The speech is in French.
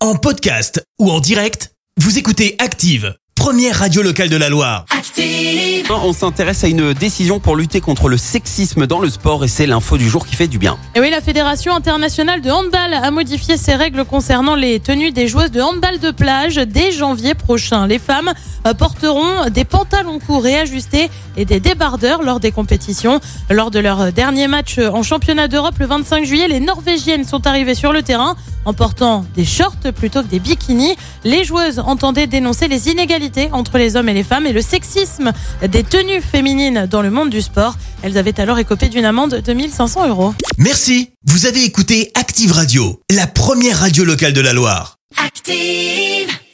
En podcast ou en direct, vous écoutez Active, première radio locale de la Loire. Active. On s'intéresse à une décision pour lutter contre le sexisme dans le sport et c'est l'info du jour qui fait du bien. Et oui, la Fédération internationale de handball a modifié ses règles concernant les tenues des joueuses de handball de plage dès janvier prochain. Les femmes porteront des pantalons courts réajustés et des débardeurs lors des compétitions. Lors de leur dernier match en championnat d'Europe le 25 juillet, les Norvégiennes sont arrivées sur le terrain en portant des shorts plutôt que des bikinis. Les joueuses entendaient dénoncer les inégalités entre les hommes et les femmes et le sexisme des tenues féminines dans le monde du sport. Elles avaient alors écopé d'une amende de 1 500 €. Merci, vous avez écouté Active Radio, la première radio locale de la Loire. Active.